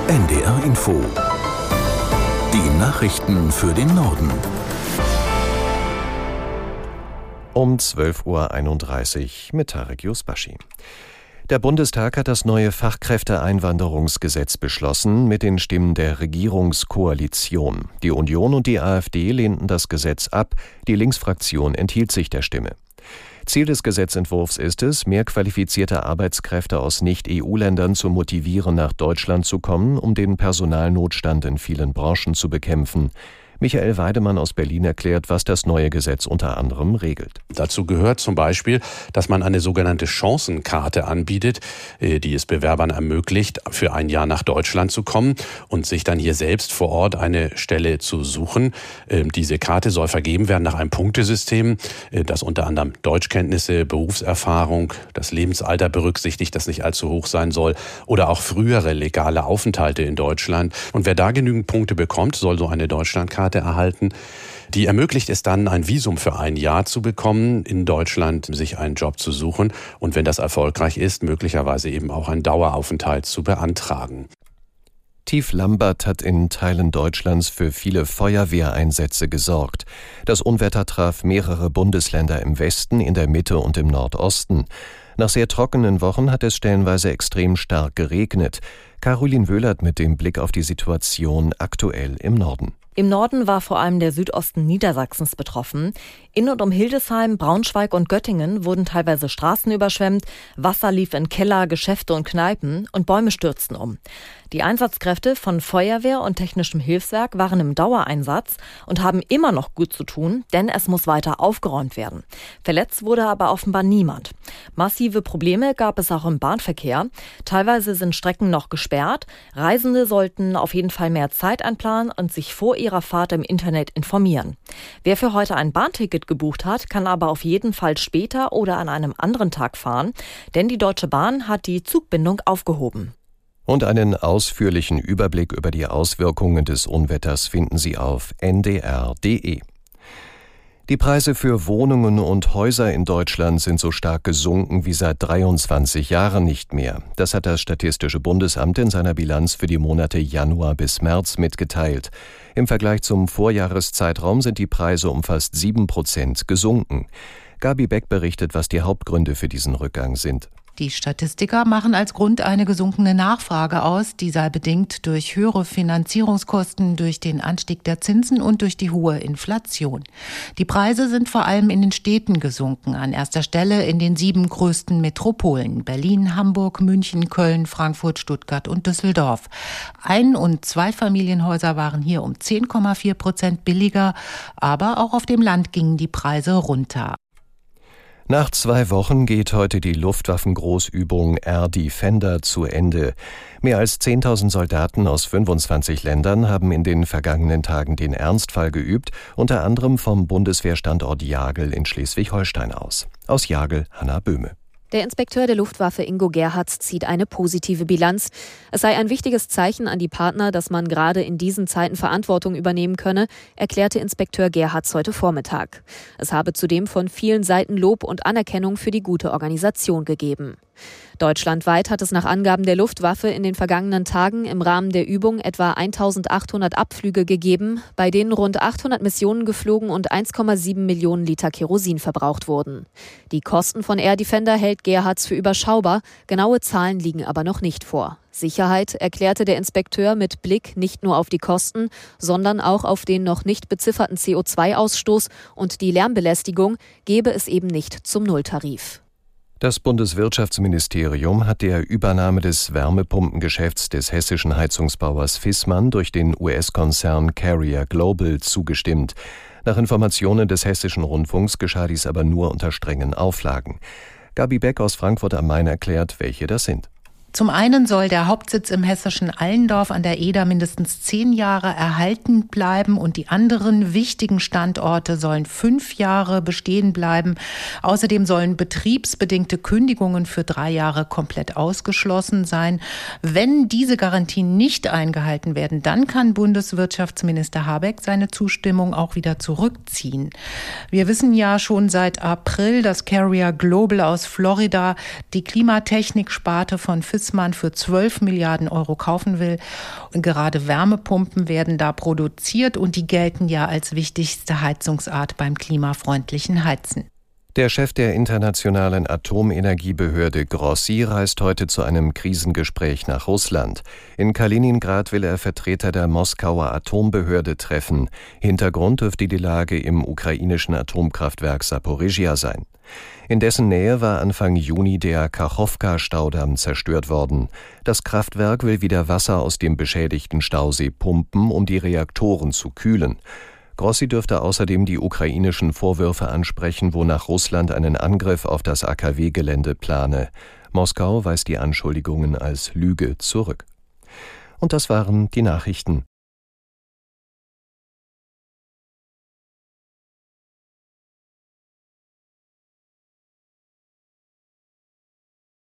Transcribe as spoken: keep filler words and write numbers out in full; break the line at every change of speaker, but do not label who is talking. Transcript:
N D R Info. Die Nachrichten für den Norden.
Um zwölf Uhr einunddreißig mit Tarek Yusbashi. Der Bundestag hat das neue Fachkräfteeinwanderungsgesetz beschlossen mit den Stimmen der Regierungskoalition. Die Union und die AfD lehnten das Gesetz ab, die Linksfraktion enthielt sich der Stimme. Ziel des Gesetzentwurfs ist es, mehr qualifizierte Arbeitskräfte aus Nicht-E U-Ländern zu motivieren, nach Deutschland zu kommen, um den Personalnotstand in vielen Branchen zu bekämpfen. Michael Weidemann aus Berlin erklärt, was das neue Gesetz unter anderem regelt.
Dazu gehört zum Beispiel, dass man eine sogenannte Chancenkarte anbietet, die es Bewerbern ermöglicht, für ein Jahr nach Deutschland zu kommen und sich dann hier selbst vor Ort eine Stelle zu suchen. Diese Karte soll vergeben werden nach einem Punktesystem, das unter anderem Deutschkenntnisse, Berufserfahrung, das Lebensalter berücksichtigt, das nicht allzu hoch sein soll, oder auch frühere legale Aufenthalte in Deutschland. Und wer da genügend Punkte bekommt, soll so eine Deutschlandkarte erhalten. Die ermöglicht es dann, ein Visum für ein Jahr zu bekommen, in Deutschland sich einen Job zu suchen und wenn das erfolgreich ist, möglicherweise eben auch einen Daueraufenthalt zu beantragen.
Tief Lambert hat in Teilen Deutschlands für viele Feuerwehreinsätze gesorgt. Das Unwetter traf mehrere Bundesländer im Westen, in der Mitte und im Nordosten. Nach sehr trockenen Wochen hat es stellenweise extrem stark geregnet. Caroline Wöhlert mit dem Blick auf die Situation aktuell im Norden.
Im Norden war vor allem der Südosten Niedersachsens betroffen. In und um Hildesheim, Braunschweig und Göttingen wurden teilweise Straßen überschwemmt, Wasser lief in Keller, Geschäfte und Kneipen und Bäume stürzten um. Die Einsatzkräfte von Feuerwehr und Technischem Hilfswerk waren im Dauereinsatz und haben immer noch gut zu tun, denn es muss weiter aufgeräumt werden. Verletzt wurde aber offenbar niemand. Massive Probleme gab es auch im Bahnverkehr. Teilweise sind Strecken noch gesperrt. Reisende sollten auf jeden Fall mehr Zeit einplanen und sich vor ihrer Fahrt im Internet informieren. Wer für heute ein Bahnticket gebucht hat, kann aber auf jeden Fall später oder an einem anderen Tag fahren, denn die Deutsche Bahn hat die Zugbindung aufgehoben.
Und einen ausführlichen Überblick über die Auswirkungen des Unwetters finden Sie auf n d r punkt d e. Die Preise für Wohnungen und Häuser in Deutschland sind so stark gesunken wie seit dreiundzwanzig Jahren nicht mehr. Das hat das Statistische Bundesamt in seiner Bilanz für die Monate Januar bis März mitgeteilt. Im Vergleich zum Vorjahreszeitraum sind die Preise um fast sieben Prozent gesunken. Gabi Beck berichtet, was die Hauptgründe für diesen Rückgang sind.
Die Statistiker machen als Grund eine gesunkene Nachfrage aus, die sei bedingt durch höhere Finanzierungskosten, durch den Anstieg der Zinsen und durch die hohe Inflation. Die Preise sind vor allem in den Städten gesunken, an erster Stelle in den sieben größten Metropolen: Berlin, Hamburg, München, Köln, Frankfurt, Stuttgart und Düsseldorf. Ein- und Zweifamilienhäuser waren hier um zehn Komma vier Prozent billiger, aber auch auf dem Land gingen die Preise runter.
Nach zwei Wochen geht heute die Luftwaffengroßübung Air Defender zu Ende. Mehr als zehntausend Soldaten aus fünfundzwanzig Ländern haben in den vergangenen Tagen den Ernstfall geübt, unter anderem vom Bundeswehrstandort Jagel in Schleswig-Holstein aus. Aus Jagel Hanna Böhme.
Der Inspekteur der Luftwaffe Ingo Gerhards zieht eine positive Bilanz. Es sei ein wichtiges Zeichen an die Partner, dass man gerade in diesen Zeiten Verantwortung übernehmen könne, erklärte Inspekteur Gerhards heute Vormittag. Es habe zudem von vielen Seiten Lob und Anerkennung für die gute Organisation gegeben. Deutschlandweit hat es nach Angaben der Luftwaffe in den vergangenen Tagen im Rahmen der Übung etwa eintausendachthundert Abflüge gegeben, bei denen rund achthundert Missionen geflogen und eins Komma sieben Millionen Liter Kerosin verbraucht wurden. Die Kosten von Air Defender hält Gerhards für überschaubar, genaue Zahlen liegen aber noch nicht vor. Sicherheit, erklärte der Inspekteur mit Blick nicht nur auf die Kosten, sondern auch auf den noch nicht bezifferten C O zwei Ausstoß und die Lärmbelästigung, gebe es eben nicht zum Nulltarif.
Das Bundeswirtschaftsministerium hat der Übernahme des Wärmepumpengeschäfts des hessischen Heizungsbauers Viessmann durch den U S-Konzern Carrier Global zugestimmt. Nach Informationen des Hessischen Rundfunks geschah dies aber nur unter strengen Auflagen. Gabi Beck aus Frankfurt am Main erklärt, welche das sind.
Zum einen soll der Hauptsitz im hessischen Allendorf an der Eder mindestens zehn Jahre erhalten bleiben und die anderen wichtigen Standorte sollen fünf Jahre bestehen bleiben. Außerdem sollen betriebsbedingte Kündigungen für drei Jahre komplett ausgeschlossen sein. Wenn diese Garantien nicht eingehalten werden, dann kann Bundeswirtschaftsminister Habeck seine Zustimmung auch wieder zurückziehen. Wir wissen ja schon seit April, dass Carrier Global aus Florida die Klimatechnik-Sparte von Viessmann Bertelsmann für zwölf Milliarden Euro kaufen will. Und gerade Wärmepumpen werden da produziert und die gelten ja als wichtigste Heizungsart beim klimafreundlichen Heizen.
Der Chef der Internationalen Atomenergiebehörde Grossi reist heute zu einem Krisengespräch nach Russland. In Kaliningrad will er Vertreter der Moskauer Atombehörde treffen. Hintergrund dürfte die Lage im ukrainischen Atomkraftwerk Saporischschja sein. In dessen Nähe war Anfang Juni der Kachowka-Staudamm zerstört worden. Das Kraftwerk will wieder Wasser aus dem beschädigten Stausee pumpen, um die Reaktoren zu kühlen. Grossi dürfte außerdem die ukrainischen Vorwürfe ansprechen, wonach Russland einen Angriff auf das A K W-Gelände plane. Moskau weist die Anschuldigungen als Lüge zurück. Und das waren die Nachrichten.